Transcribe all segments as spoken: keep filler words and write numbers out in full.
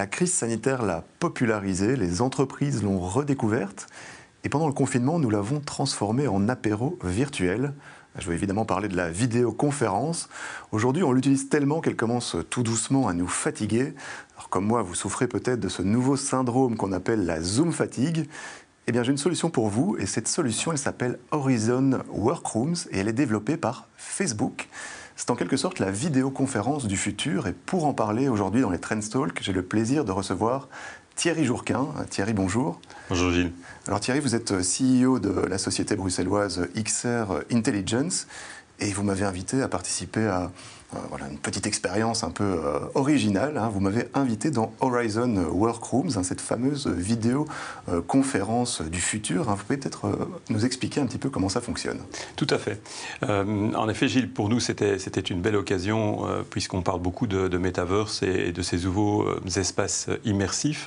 La crise sanitaire l'a popularisée, les entreprises l'ont redécouverte et pendant le confinement, nous l'avons transformée en apéro virtuel. Je veux évidemment parler de la vidéoconférence. Aujourd'hui, on l'utilise tellement qu'elle commence tout doucement à nous fatiguer. Alors, comme moi, vous souffrez peut-être de ce nouveau syndrome qu'on appelle la Zoom fatigue. Eh bien, j'ai une solution pour vous et cette solution, elle s'appelle Horizon Workrooms et elle est développée par Facebook. C'est en quelque sorte la vidéoconférence du futur et pour en parler aujourd'hui dans les Trends Talk, j'ai le plaisir de recevoir Thierry Jourquin. Thierry, bonjour. Bonjour Gilles. Alors Thierry, vous êtes C E O de la société bruxelloise X R Intelligence et vous m'avez invité à participer à euh, voilà, une petite expérience un peu euh, originale. Hein. Vous m'avez invité dans Horizon Workrooms, hein, cette fameuse vidéoconférence euh, du futur. Hein. Vous pouvez peut-être euh, nous expliquer un petit peu comment ça fonctionne? Tout à fait. Euh, en effet, Gilles, pour nous, c'était, c'était une belle occasion, euh, puisqu'on parle beaucoup de, de Metaverse et de ces nouveaux euh, espaces immersifs.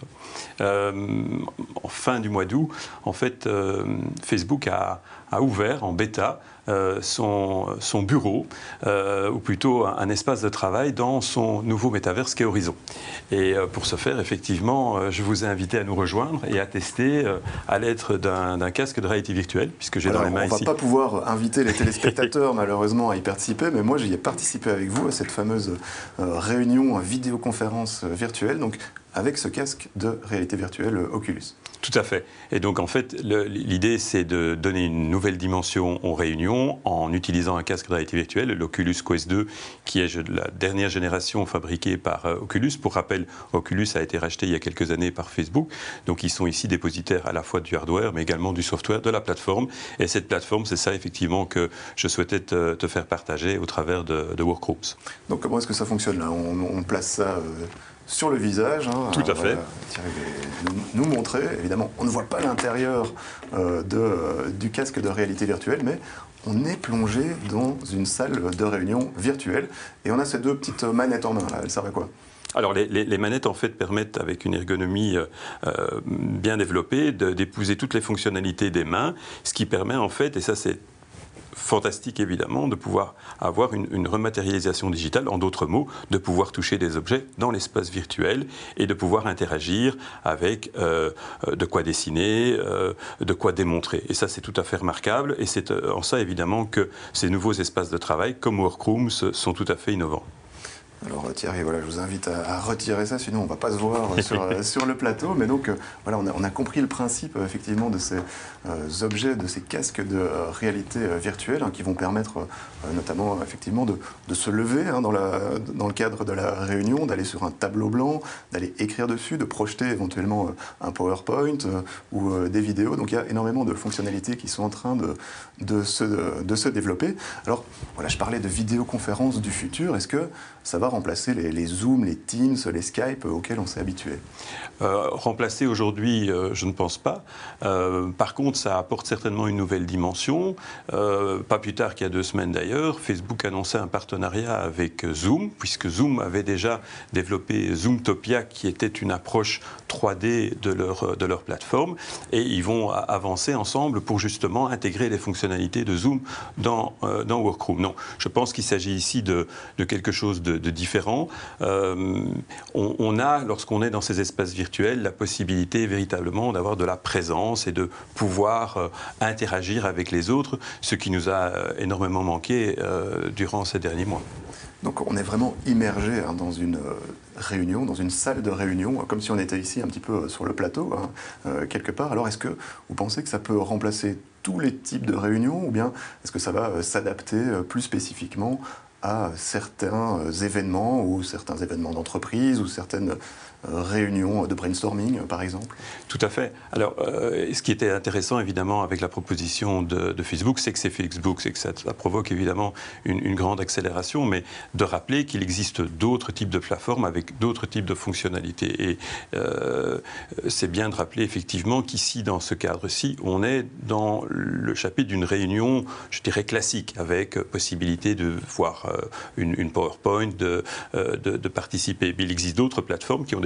Euh, en fin du mois d'août, en fait, euh, Facebook a, a ouvert en bêta Euh, son, son bureau, euh, ou plutôt un, un espace de travail dans son nouveau métaverse qu'est Horizon. Et euh, pour ce faire, effectivement, euh, je vous ai invité à nous rejoindre et à tester euh, à l'aide d'un, d'un casque de réalité virtuelle, puisque j'ai Alors, dans les mains ici... On ne va ici. pas pouvoir inviter les téléspectateurs, malheureusement, à y participer, mais moi, j'y ai participé avec vous à cette fameuse euh, réunion, vidéoconférence virtuelle, donc avec ce casque de réalité virtuelle euh, Oculus. Tout à fait. Et donc, en fait, le, l'idée, c'est de donner une nouvelle dimension aux réunions en utilisant un casque de réalité virtuelle, l'Oculus Quest deux, qui est la dernière génération fabriquée par euh, Oculus. Pour rappel, Oculus a été racheté il y a quelques années par Facebook. Donc, ils sont ici dépositaires à la fois du hardware, mais également du software, de la plateforme. Et cette plateforme, c'est ça, effectivement, que je souhaitais te, te faire partager au travers de, de Workrooms. Donc, comment est-ce que ça fonctionne là? on, on place ça... Euh... sur le visage. Hein. Tout à Alors, fait. Voilà, Thierry va nous, nous montrer. Évidemment, on ne voit pas l'intérieur euh, de, euh, du casque de réalité virtuelle, mais on est plongé dans une salle de réunion virtuelle. Et on a ces deux petites manettes en main. Là. Elles servent à quoi? Alors les, les, les manettes en fait permettent avec une ergonomie euh, bien développée de, d'épouser toutes les fonctionnalités des mains, ce qui permet en fait, et ça c'est fantastique évidemment, de pouvoir avoir une, une rematérialisation digitale, en d'autres mots, de pouvoir toucher des objets dans l'espace virtuel et de pouvoir interagir avec euh, de quoi dessiner, euh, de quoi démontrer. Et ça c'est tout à fait remarquable et c'est en ça évidemment que ces nouveaux espaces de travail comme Workrooms sont tout à fait innovants. Alors Thierry, voilà, je vous invite à, à retirer ça, sinon on ne va pas se voir sur, sur le plateau. Mais donc, euh, voilà, on a, on a compris le principe, effectivement, de ces euh, objets, de ces casques de euh, réalité euh, virtuelle hein, qui vont permettre, euh, notamment, effectivement, de, de se lever hein, dans, la, dans le cadre de la réunion, d'aller sur un tableau blanc, d'aller écrire dessus, de projeter éventuellement euh, un PowerPoint euh, ou euh, des vidéos. Donc il y a énormément de fonctionnalités qui sont en train de, de, se, de se développer. Alors, voilà, je parlais de vidéoconférence du futur. Est-ce que ça va remplacer les, les Zoom, les Teams, les Skype auxquels on s'est habitué? euh, Remplacer aujourd'hui, euh, je ne pense pas. Euh, par contre, ça apporte certainement une nouvelle dimension. Euh, pas plus tard qu'il y a deux semaines d'ailleurs, Facebook annonçait un partenariat avec Zoom, puisque Zoom avait déjà développé Zoomtopia, qui était une approche trois D de leur, de leur plateforme, et ils vont avancer ensemble pour justement intégrer les fonctionnalités de Zoom dans, euh, dans Workroom. Non, je pense qu'il s'agit ici de, de quelque chose de, de différent. Euh, on, on a, lorsqu'on est dans ces espaces virtuels, la possibilité véritablement d'avoir de la présence et de pouvoir euh, interagir avec les autres, ce qui nous a euh, énormément manqué euh, durant ces derniers mois. Donc on est vraiment immergé hein, dans une euh, réunion, dans une salle de réunion, comme si on était ici un petit peu euh, sur le plateau, hein, euh, quelque part. Alors est-ce que vous pensez que ça peut remplacer tous les types de réunions ou bien est-ce que ça va euh, s'adapter euh, plus spécifiquement à certains euh, événements ou certains événements d'entreprise ou certaines euh, réunions de brainstorming, par exemple? Tout à fait. Alors, euh, ce qui était intéressant, évidemment, avec la proposition de, de Facebook, c'est que c'est Facebook, c'est que ça, ça provoque, évidemment, une, une grande accélération, mais de rappeler qu'il existe d'autres types de plateformes avec d'autres types de fonctionnalités. Et euh, c'est bien de rappeler, effectivement, qu'ici, dans ce cadre-ci, on est dans le chapitre d'une réunion, je dirais, classique, avec possibilité de voir euh, une, une PowerPoint, de, euh, de, de participer. Mais il existe d'autres plateformes qui ont des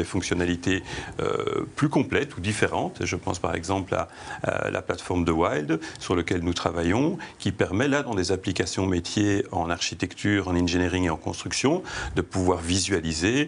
fonctionnalités euh, plus complètes ou différentes. Je pense par exemple à, à la plateforme de Wild, sur laquelle nous travaillons, qui permet là, dans des applications métiers en architecture, en engineering et en construction, de pouvoir visualiser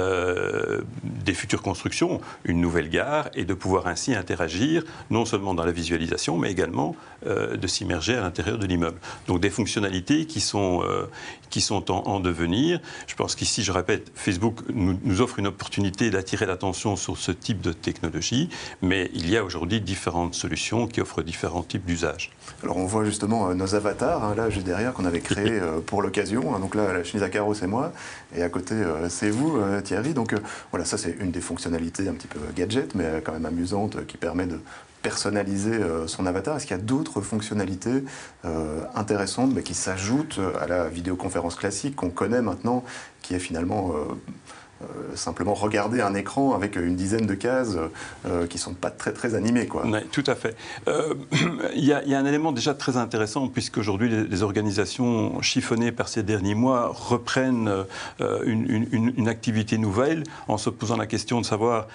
euh, des futures constructions, une nouvelle gare, et de pouvoir ainsi interagir, non seulement dans la visualisation, mais également euh, de s'immerger à l'intérieur de l'immeuble. Donc des fonctionnalités qui sont, euh, qui sont en, en devenir. Je pense qu'ici, je répète, Facebook nous, nous offre une opportunité d'attirer l'attention sur ce type de technologie, mais il y a aujourd'hui différentes solutions qui offrent différents types d'usages. Alors on voit justement euh, nos avatars, hein, là juste derrière, qu'on avait créé euh, pour l'occasion. Hein, donc là, la chemise à carreaux, c'est moi, et à côté, euh, c'est vous, euh, Thierry. Donc euh, voilà, ça c'est une des fonctionnalités un petit peu gadget, mais euh, quand même amusante, euh, qui permet de personnaliser euh, son avatar. Est-ce qu'il y a d'autres fonctionnalités euh, intéressantes mais qui s'ajoutent à la vidéoconférence classique qu'on connaît maintenant, qui est finalement euh, euh, simplement regarder un écran avec une dizaine de cases euh, qui ne sont pas très, très animées, quoi. Oui, tout à fait. Euh, il y a, y a un élément déjà très intéressant, puisqu'aujourd'hui les, les organisations chiffonnées par ces derniers mois reprennent euh, une, une, une activité nouvelle en se posant la question de savoir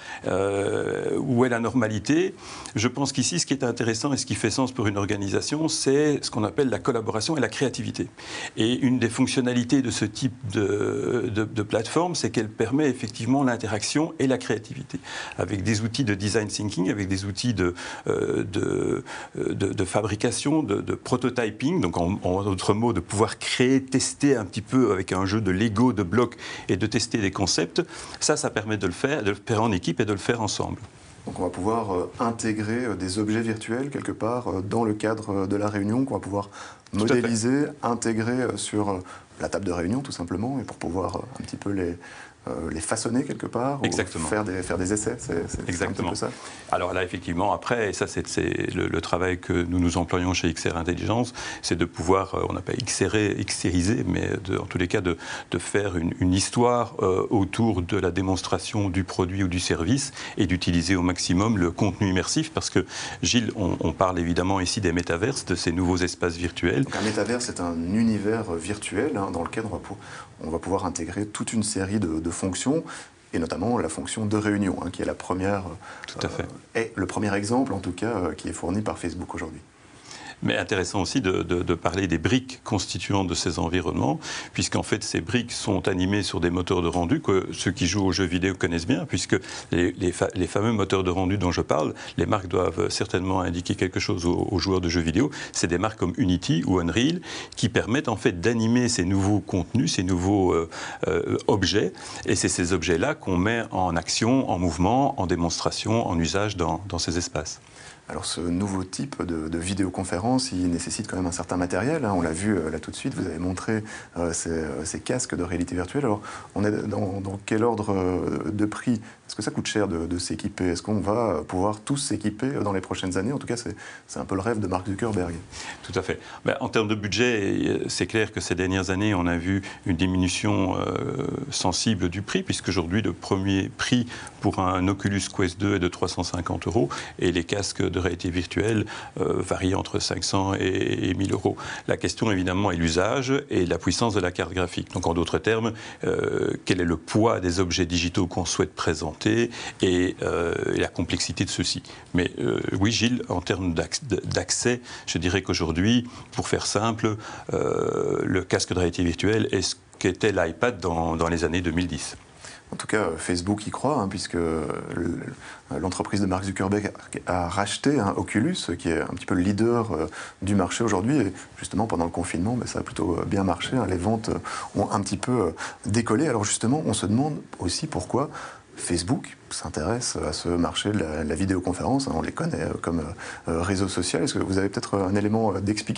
euh, où est la normalité. Je pense qu'ici, ce qui est intéressant et ce qui fait sens pour une organisation, c'est ce qu'on appelle la collaboration et la créativité. Et une des fonctionnalités de ce type de, de, de plateforme, c'est qu'elle permet effectivement l'interaction et la créativité, avec des outils de design thinking, avec des outils de, euh, de, de, de fabrication, de, de prototyping, donc en, en d'autres mots, de pouvoir créer, tester un petit peu avec un jeu de Lego, de blocs, et de tester des concepts. Ça, ça permet de le faire, de le faire en équipe et de le faire ensemble. Donc on va pouvoir euh, intégrer euh, des objets virtuels quelque part euh, dans le cadre euh, de la réunion, qu'on va pouvoir modéliser, intégrer euh, sur euh, la table de réunion tout simplement, et pour pouvoir euh, un petit peu les, euh, les façonner quelque part. Exactement. Ou faire des, faire des essais, c'est, c'est Exactement. un petit peu ça. Alors là, effectivement, après, et ça c'est, c'est le, le travail que nous nous employons chez X R Intelligence, c'est de pouvoir, euh, on n'a pas xéré, xériser, mais de, en tous les cas de, de faire une, une histoire euh, autour de la démonstration du produit ou du service et d'utiliser au maximum le contenu immersif, parce que Gilles, on, on parle évidemment ici des métaverses, de ces nouveaux espaces virtuels. Donc un métaverse, c'est un univers virtuel hein, dans lequel on va, pour, on va pouvoir intégrer toute une série de, de fonctions, et notamment la fonction de réunion, hein, qui est la première, Tout à fait. Euh, est le premier exemple en tout cas euh, qui est fourni par Facebook aujourd'hui. Mais intéressant aussi de, de, de parler des briques constituantes de ces environnements, puisqu'en fait ces briques sont animées sur des moteurs de rendu que ceux qui jouent aux jeux vidéo connaissent bien, puisque les, les, fa les fameux moteurs de rendu dont je parle, les marques doivent certainement indiquer quelque chose aux, aux joueurs de jeux vidéo. C'est des marques comme Unity ou Unreal qui permettent en fait d'animer ces nouveaux contenus, ces nouveaux euh, euh, objets, et c'est ces objets-là qu'on met en action, en mouvement, en démonstration, en usage dans, dans ces espaces. Alors ce nouveau type de, de vidéoconférence, il nécessite quand même un certain matériel, hein. On l'a vu euh, là tout de suite, vous avez montré euh, ces, euh, ces casques de réalité virtuelle. Alors on est dans, dans quel ordre euh, de prix? Est-ce que ça coûte cher de, de s'équiper? Est-ce qu'on va pouvoir tous s'équiper dans les prochaines années? En tout cas, c'est un peu le rêve de Mark Zuckerberg. Tout à fait. Ben, en termes de budget, c'est clair que ces dernières années, on a vu une diminution euh, sensible du prix, puisqu'aujourd'hui, le premier prix pour un Oculus Quest deux est de trois cent cinquante euros et les casques de réalité virtuelle euh, varient entre cinq cents et mille euros. La question, évidemment, est l'usage et la puissance de la carte graphique. Donc, en d'autres termes, euh, quel est le poids des objets digitaux qu'on souhaite présenter et, euh, et la complexité de ceux-ci. Mais euh, oui, Gilles, en termes d'accès, je dirais qu'aujourd'hui, pour faire simple, euh, le casque de réalité virtuelle est ce qu'était l'iPad dans, dans les années deux mille dix. En tout cas, Facebook y croit, hein, puisque l'entreprise de Mark Zuckerberg a racheté hein, Oculus, qui est un petit peu le leader euh, du marché aujourd'hui. Et justement, pendant le confinement, ben, ça a plutôt bien marché. Hein, les ventes ont un petit peu euh, décollé. Alors justement, on se demande aussi pourquoi Facebook s'intéresse à ce marché de la, la vidéoconférence. Hein, on les connaît euh, comme euh, réseau social. Est-ce que vous avez peut-être un élément d'explication ?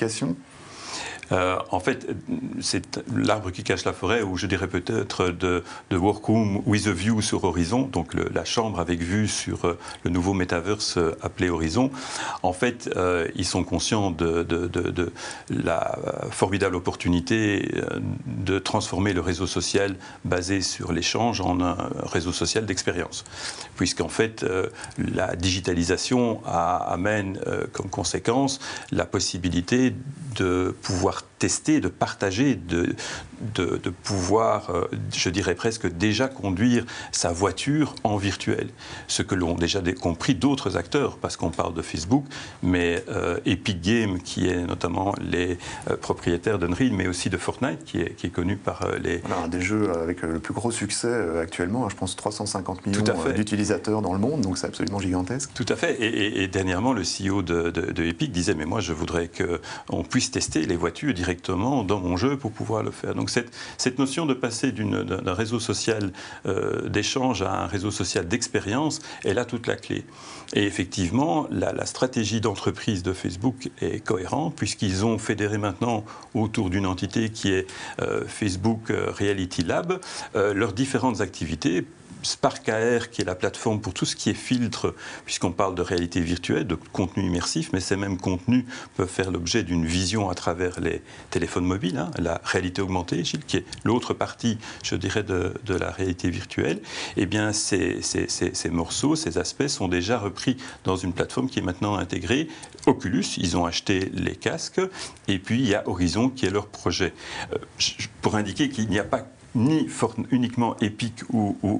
Euh, en fait, c'est l'arbre qui cache la forêt, ou je dirais peut-être de, de Workroom with a View sur Horizon, donc le, la chambre avec vue sur euh, le nouveau metaverse euh, appelé Horizon. En fait, euh, ils sont conscients de, de, de, de la formidable opportunité euh, de transformer le réseau social basé sur l'échange en un réseau social d'expérience. Puisqu'en fait, euh, la digitalisation a, amène euh, comme conséquence la possibilité de pouvoir tester, de partager, de, de, de pouvoir, euh, je dirais presque déjà conduire sa voiture en virtuel. Ce que l'ont déjà compris d'autres acteurs, parce qu'on parle de Facebook, mais euh, Epic Games, qui est notamment les euh, propriétaires d'Unreal, mais aussi de Fortnite, qui est, qui est connu par euh, les... Voilà, un des jeux avec le plus gros succès euh, actuellement, je pense trois cent cinquante millions d'utilisateurs dans le monde, donc c'est absolument gigantesque. Tout à fait, et, et, et dernièrement, le C E O de, de, de Epic disait, mais moi je voudrais qu'on puisse tester les voitures directement dans mon jeu pour pouvoir le faire. Donc cette, cette notion de passer d'un réseau social euh, d'échange à un réseau social d'expérience est là toute la clé. Et effectivement, la, la stratégie d'entreprise de Facebook est cohérente puisqu'ils ont fédéré maintenant autour d'une entité qui est euh, Facebook Reality Lab euh, leurs différentes activités. Spark A R, qui est la plateforme pour tout ce qui est filtre, puisqu'on parle de réalité virtuelle, de contenu immersif, mais ces mêmes contenus peuvent faire l'objet d'une vision à travers les téléphones mobiles, hein, la réalité augmentée, Gilles, qui est l'autre partie, je dirais, de, de la réalité virtuelle. Eh bien, ces, ces, ces, ces morceaux, ces aspects sont déjà repris dans une plateforme qui est maintenant intégrée. Oculus, ils ont acheté les casques, et puis il y a Horizon qui est leur projet. Euh, pour indiquer qu'il n'y a pas ni uniquement Epic ou, ou,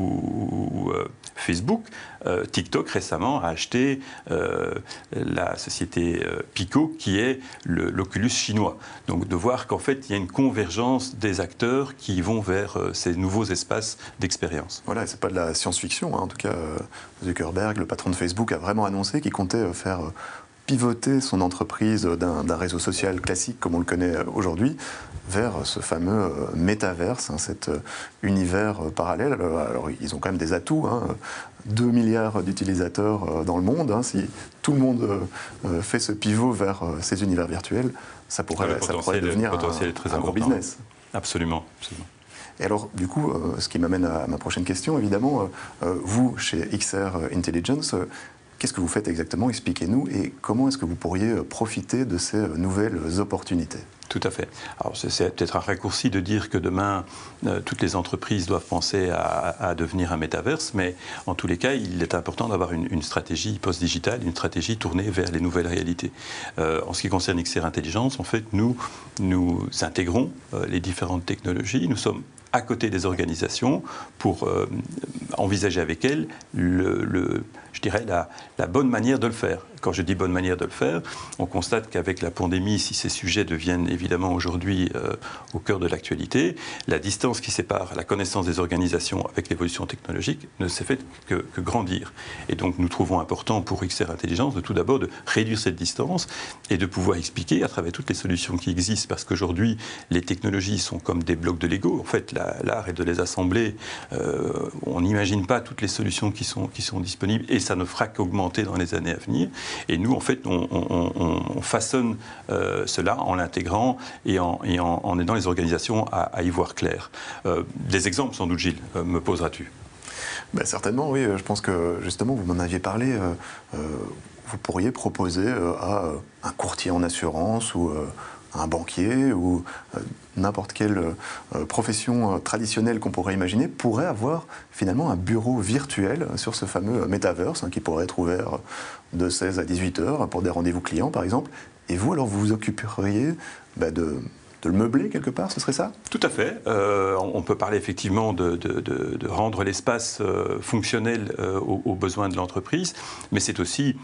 ou, ou euh, Facebook. Euh, TikTok récemment a acheté euh, la société euh, Pico, qui est l'Oculus chinois. Donc de voir qu'en fait il y a une convergence des acteurs qui vont vers euh, ces nouveaux espaces d'expérience. Voilà, c'est pas de la science-fiction, hein. En tout cas euh, Zuckerberg, le patron de Facebook, a vraiment annoncé qu'il comptait euh, faire euh, pivoter son entreprise d'un réseau social classique comme on le connaît aujourd'hui vers ce fameux euh, métaverse, hein, cet euh, univers euh, parallèle. Alors, alors ils ont quand même des atouts, hein, deux milliards d'utilisateurs euh, dans le monde. Hein, si tout le monde euh, fait ce pivot vers euh, ces univers virtuels, ça pourrait, ça pourrait devenir un, un gros business. Absolument, absolument. Et alors, du coup, euh, ce qui m'amène à ma prochaine question, évidemment, euh, vous, chez X R Intelligence, euh, qu'est-ce que vous faites exactement? Expliquez-nous. Et comment est-ce que vous pourriez profiter de ces nouvelles opportunités? Tout à fait. Alors c'est peut-être un raccourci de dire que demain, euh, toutes les entreprises doivent penser à, à devenir un métaverse, mais en tous les cas, il est important d'avoir une, une stratégie post-digitale, une stratégie tournée vers les nouvelles réalités. Euh, en ce qui concerne X R Intelligence, en fait, nous, nous intégrons euh, les différentes technologies. Nous sommes à côté des organisations pour euh, envisager avec elles le, le, je dirais la, la bonne manière de le faire. Quand je dis bonne manière de le faire, on constate qu'avec la pandémie, si ces sujets deviennent évidemment aujourd'hui euh, au cœur de l'actualité, la distance qui sépare la connaissance des organisations avec l'évolution technologique ne s'est faite que, que grandir. Et donc nous trouvons important pour X R Intelligence de tout d'abord de réduire cette distance et de pouvoir expliquer à travers toutes les solutions qui existent, parce qu'aujourd'hui les technologies sont comme des blocs de Lego. En fait, l'art est de les assembler. Euh, on n'imagine pas toutes les solutions qui sont, qui sont disponibles et ça ne fera qu'augmenter dans les années à venir. Et nous, en fait, on, on, on, on façonne euh, cela en l'intégrant et, en, et en, en aidant les organisations à, à y voir clair. Euh, des exemples, sans doute, Gilles, euh, me poseras-tu? Ben, certainement, oui. Je pense que, justement, vous m'en aviez parlé. Euh, euh, vous pourriez proposer euh, à un courtier en assurance ou euh, un banquier ou euh, n'importe quelle euh, profession euh, traditionnelle qu'on pourrait imaginer pourrait avoir finalement un bureau virtuel sur ce fameux metaverse, hein, qui pourrait être ouvert de seize à dix-huit heures pour des rendez-vous clients par exemple. Et vous, alors, vous vous occuperiez bah, de... de le meubler quelque part, ce serait ça? Tout à fait. Euh, on peut parler effectivement de, de, de, de rendre l'espace euh, fonctionnel euh, aux, aux besoins de l'entreprise, mais c'est aussi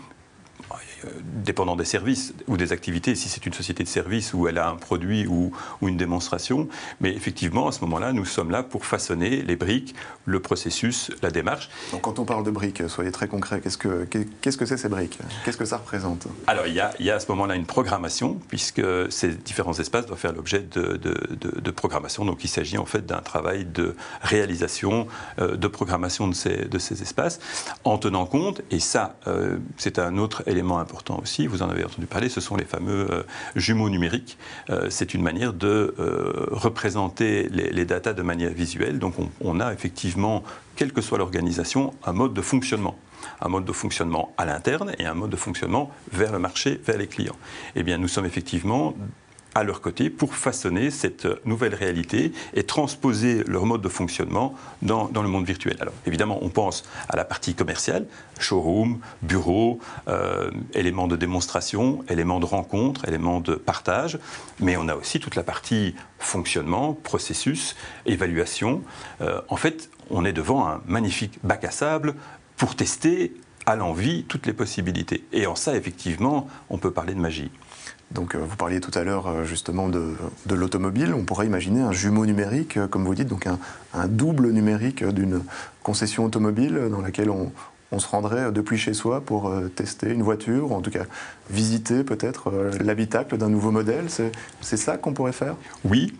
dépendant des services ou des activités, si c'est une société de services où elle a un produit ou, ou une démonstration. Mais effectivement, à ce moment-là, nous sommes là pour façonner les briques, le processus, la démarche. Donc quand on parle de briques, soyez très concret, qu'est-ce que qu'est-ce que c'est ces briques? Qu'est-ce que ça représente? Alors, il y a, il y a à ce moment-là une programmation, puisque ces différents espaces doivent faire l'objet de, de, de, de programmation. Donc il s'agit en fait d'un travail de réalisation, euh, de programmation de ces, de ces espaces, en tenant compte, et ça, euh, c'est un autre élément important, important aussi, vous en avez entendu parler, ce sont les fameux euh, jumeaux numériques. Euh, c'est une manière de euh, représenter les, les datas de manière visuelle. Donc on, on a effectivement, quelle que soit l'organisation, un mode de fonctionnement. Un mode de fonctionnement à l'interne et un mode de fonctionnement vers le marché, vers les clients. Eh bien, nous sommes effectivement à leur côté pour façonner cette nouvelle réalité et transposer leur mode de fonctionnement dans, dans le monde virtuel. Alors évidemment, on pense à la partie commerciale, showroom, bureau, euh, éléments de démonstration, éléments de rencontre, éléments de partage, mais on a aussi toute la partie fonctionnement, processus, évaluation. Euh, en fait, on est devant un magnifique bac à sable pour tester à l'envi toutes les possibilités. Et en ça, effectivement, on peut parler de magie. Donc, vous parliez tout à l'heure justement de, de l'automobile. On pourrait imaginer un jumeau numérique, comme vous dites, donc un, un double numérique d'une concession automobile dans laquelle on, on se rendrait depuis chez soi pour tester une voiture, ou en tout cas visiter peut-être l'habitacle d'un nouveau modèle. C'est ça qu'on pourrait faire? Oui,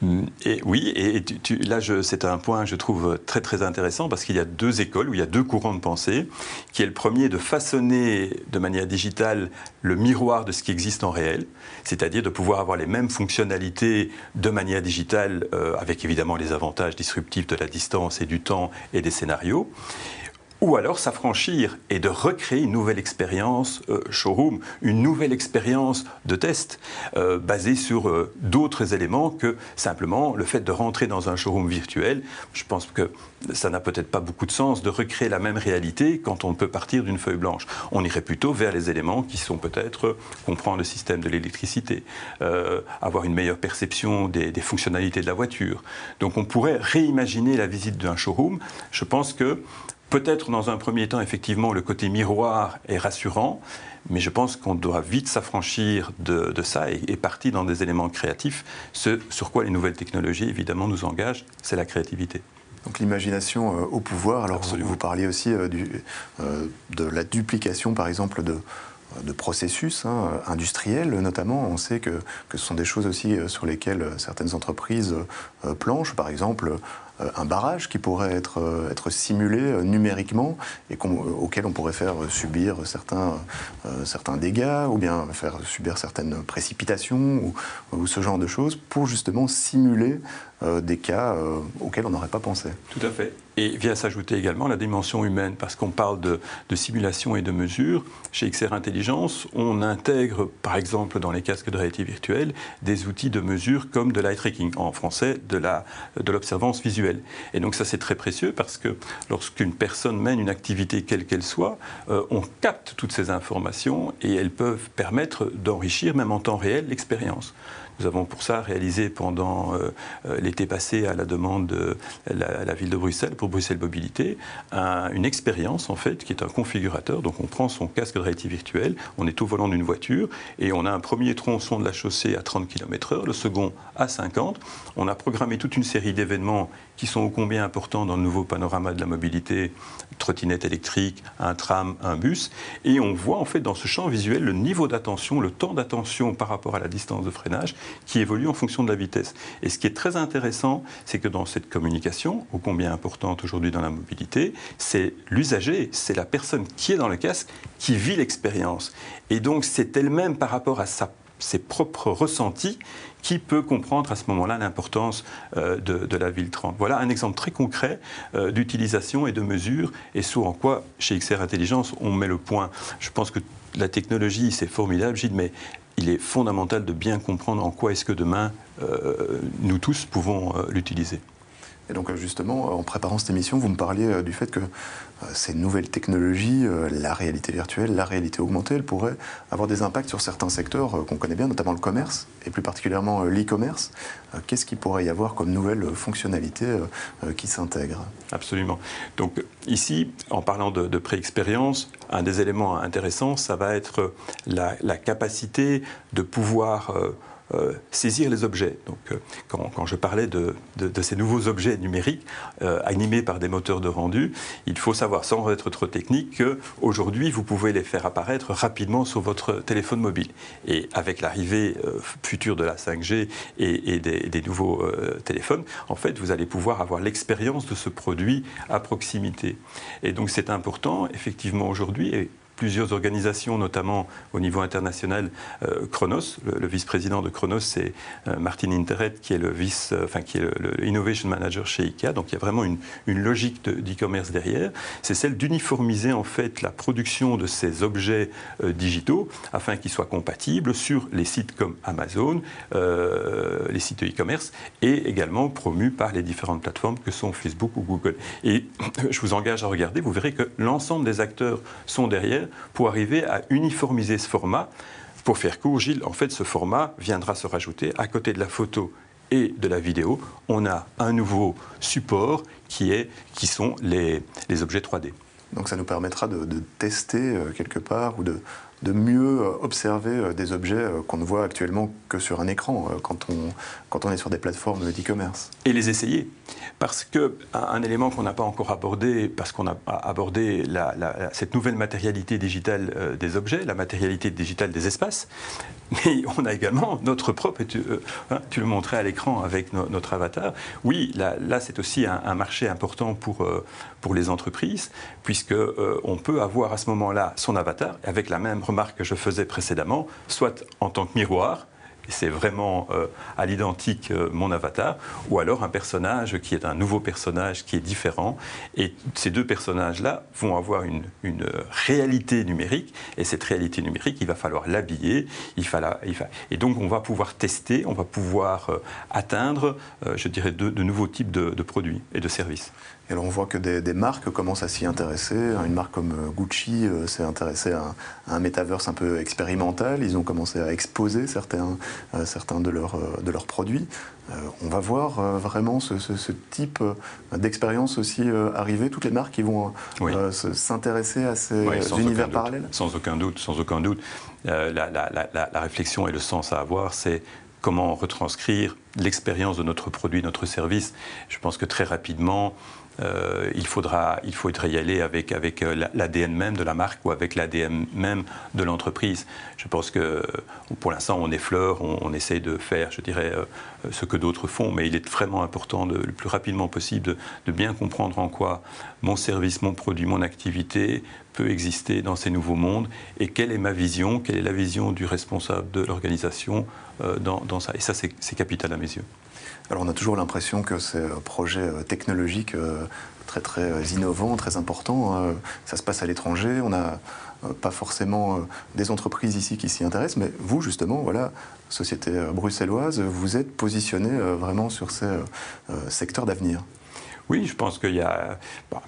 et, oui, et tu, tu, là c'est un point je trouve très très intéressant parce qu'il y a deux écoles, où il y a deux courants de pensée, qui est le premier de façonner de manière digitale le miroir de ce qui existe en réel, c'est-à-dire de pouvoir avoir les mêmes fonctionnalités de manière digitale, euh, avec évidemment les avantages disruptifs de la distance et du temps et des scénarios. Ou alors s'affranchir et de recréer une nouvelle expérience euh, showroom, une nouvelle expérience de test euh, basée sur euh, d'autres éléments que simplement le fait de rentrer dans un showroom virtuel. Je pense que ça n'a peut-être pas beaucoup de sens de recréer la même réalité quand on peut partir d'une feuille blanche. On irait plutôt vers les éléments qui sont peut-être euh, comprendre le système de l'électricité, euh, avoir une meilleure perception des, des fonctionnalités de la voiture. Donc on pourrait réimaginer la visite d'un showroom. Je pense que peut-être dans un premier temps, effectivement, le côté miroir est rassurant, mais je pense qu'on doit vite s'affranchir de, de ça et, et partir dans des éléments créatifs. Ce sur quoi les nouvelles technologies, évidemment, nous engagent, c'est la créativité. Donc l'imagination euh, au pouvoir. Alors vous, vous parliez aussi euh, du, euh, de la duplication, par exemple, de... de processus hein, industriels notamment. On sait que, que ce sont des choses aussi sur lesquelles certaines entreprises euh, planchent. Par exemple, euh, un barrage qui pourrait être, euh, être simulé euh, numériquement et qu'on, auquel on pourrait faire subir certains, euh, certains dégâts ou bien faire subir certaines précipitations ou, ou ce genre de choses pour justement simuler euh, des cas euh, auxquels on n'aurait pas pensé. Tout à fait. Et vient s'ajouter également la dimension humaine, parce qu'on parle de, de simulation et de mesure. Chez X R Intelligence, on intègre, par exemple, dans les casques de réalité virtuelle, des outils de mesure comme de l'eye tracking, en français, de, la, de l'observance visuelle. Et donc ça, c'est très précieux, parce que lorsqu'une personne mène une activité quelle qu'elle soit, euh, on capte toutes ces informations et elles peuvent permettre d'enrichir, même en temps réel, l'expérience. Nous avons pour ça réalisé pendant euh, l'été passé, à la demande de la, la ville de Bruxelles, pour Bruxelles Mobilité, un, une expérience en fait qui est un configurateur. Donc on prend son casque de réalité virtuelle, on est au volant d'une voiture et on a un premier tronçon de la chaussée à trente kilomètres heure, le second à cinquante. On a programmé toute une série d'événements qui sont ô combien importants dans le nouveau panorama de la mobilité, trottinette électrique, un tram, un bus, et on voit en fait dans ce champ visuel le niveau d'attention, le temps d'attention par rapport à la distance de freinage qui évolue en fonction de la vitesse. Et ce qui est très intéressant, c'est que dans cette communication, ô combien importante aujourd'hui dans la mobilité, c'est l'usager, c'est la personne qui est dans le casque qui vit l'expérience. Et donc c'est elle-même par rapport à sa, ses propres ressentis qui peut comprendre à ce moment-là l'importance euh, de, de la ville trente. Voilà un exemple très concret euh, d'utilisation et de mesure, et sur en quoi, chez X R Intelligence, on met le point. Je pense que la technologie, c'est formidable, Gilles, mais il est fondamental de bien comprendre en quoi est-ce que demain, euh, nous tous pouvons euh, l'utiliser. Et donc justement, en préparant cette émission, vous me parliez du fait que ces nouvelles technologies, la réalité virtuelle, la réalité augmentée, elles pourraient avoir des impacts sur certains secteurs qu'on connaît bien, notamment le commerce, et plus particulièrement l'e-commerce. Qu'est-ce qu'il pourrait y avoir comme nouvelles fonctionnalités qui s'intègrent? Absolument. Donc ici, en parlant de, de pré-expérience, un des éléments intéressants, ça va être la, la capacité de pouvoir euh, Euh, saisir les objets. Donc, euh, quand, quand je parlais de, de, de ces nouveaux objets numériques euh, animés par des moteurs de rendu, il faut savoir, sans être trop technique, qu'aujourd'hui, vous pouvez les faire apparaître rapidement sur votre téléphone mobile. Et avec l'arrivée euh, future de la cinq G et, et des, des nouveaux euh, téléphones, en fait, vous allez pouvoir avoir l'expérience de ce produit à proximité. Et donc, c'est important, effectivement, aujourd'hui, et plusieurs organisations, notamment au niveau international. Euh, Chronos, le, le vice-président de Chronos, c'est euh, Martin Interet, qui est le vice, euh, enfin qui est le, le Innovation Manager chez IKEA. Donc il y a vraiment une, une logique d'e-commerce derrière. C'est celle d'uniformiser en fait la production de ces objets euh, digitaux afin qu'ils soient compatibles sur les sites comme Amazon, euh, les sites e-commerce, et également promus par les différentes plateformes que sont Facebook ou Google. Et je vous engage à regarder, vous verrez que l'ensemble des acteurs sont derrière pour arriver à uniformiser ce format. Pour faire court, Gilles, en fait, ce format viendra se rajouter à côté de la photo et de la vidéo. On a un nouveau support qui, est, qui sont les, les objets trois D. Donc ça nous permettra de, de tester euh, quelque part ou de, de mieux observer euh, des objets euh, qu'on ne voit actuellement que sur un écran euh, quand, on, quand on est sur des plateformes d'e-commerce. Et les essayer. Parce qu'un un élément qu'on n'a pas encore abordé, parce qu'on a abordé la, la, cette nouvelle matérialité digitale euh, des objets, la matérialité digitale des espaces, mais on a également notre propre, et tu, euh, hein, tu le montrais à l'écran avec no, notre avatar. Oui, là, là c'est aussi un, un marché important pour, euh, pour les entreprises, puisqu'on euh, peut avoir à ce moment-là son avatar, avec la même remarque que je faisais précédemment, soit en tant que miroir, et c'est vraiment euh, à l'identique euh, mon avatar, ou alors un personnage qui est un nouveau personnage qui est différent. Et ces deux personnages-là vont avoir une, une réalité numérique, et cette réalité numérique, il va falloir l'habiller, il fallait, il fa... et donc on va pouvoir tester, on va pouvoir euh, atteindre, euh, je dirais, de, de nouveaux types de, de produits et de services. Et alors on voit que des, des marques commencent à s'y intéresser. Une marque comme Gucci euh, s'est intéressée à, à un metaverse un peu expérimental. Ils ont commencé à exposer certains, euh, certains de, leurs, euh, de leurs produits. Euh, on va voir euh, vraiment ce, ce, ce type euh, d'expérience aussi euh, arriver. Toutes les marques qui vont oui. euh, s'intéresser à ces oui, univers parallèles. Sans aucun doute, sans aucun doute. Euh, la, la, la, la réflexion et le sens à avoir, c'est comment retranscrire l'expérience de notre produit, notre service. Je pense que très rapidement, Euh, il, faudra, il faudra y aller avec, avec l'A D N même de la marque ou avec l'A D N même de l'entreprise. Je pense que pour l'instant, on effleure, on, on essaie de faire, je dirais, euh, ce que d'autres font, mais il est vraiment important, de, le plus rapidement possible, de, de bien comprendre en quoi mon service, mon produit, mon activité peut exister dans ces nouveaux mondes et quelle est ma vision, quelle est la vision du responsable de l'organisation euh, dans, dans ça. Et ça, c'est capital à mes yeux. Alors on a toujours l'impression que ces projets technologiques très très innovants, très importants, ça se passe à l'étranger, on n'a pas forcément des entreprises ici qui s'y intéressent, mais vous justement, voilà, société bruxelloise, vous êtes positionné vraiment sur ces secteurs d'avenir. Oui, je pense qu'il y a... Bah,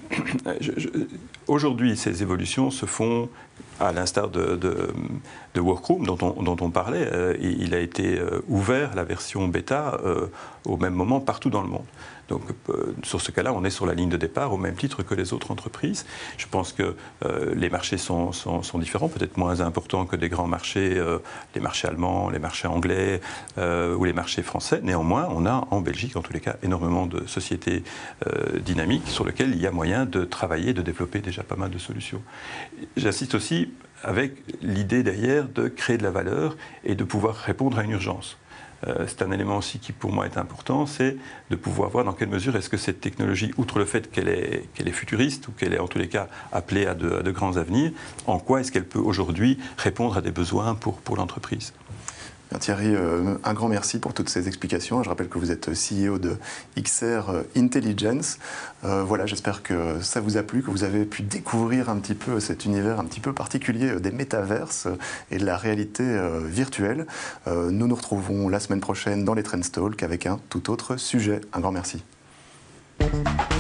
aujourd'hui, ces évolutions se font à l'instar de, de, de Workroom dont on, dont on parlait. Euh, il a été ouvert, la version bêta, euh, au même moment partout dans le monde. Donc, euh, sur ce cas-là, on est sur la ligne de départ au même titre que les autres entreprises. Je pense que euh, les marchés sont, sont, sont différents, peut-être moins importants que des grands marchés, euh, les marchés allemands, les marchés anglais euh, ou les marchés français. Néanmoins, on a en Belgique, en tous les cas, énormément de sociétés euh, dynamiques sur lesquelles il y a moyen de travailler, de développer déjà pas mal de solutions. J'insiste aussi avec l'idée derrière de créer de la valeur et de pouvoir répondre à une urgence. Euh, c'est un élément aussi qui pour moi est important, c'est de pouvoir voir dans quelle mesure est-ce que cette technologie, outre le fait qu'elle est, qu'elle est futuriste ou qu'elle est en tous les cas appelée à de, à de grands avenirs, en quoi est-ce qu'elle peut aujourd'hui répondre à des besoins pour, pour l'entreprise. Thierry, euh, un grand merci pour toutes ces explications. Je rappelle que vous êtes C E O de X R Intelligence. Euh, voilà, j'espère que ça vous a plu, que vous avez pu découvrir un petit peu cet univers un petit peu particulier des métaverses et de la réalité euh, virtuelle. Euh, nous nous retrouvons la semaine prochaine dans les Trends Talk avec un tout autre sujet. Un grand merci.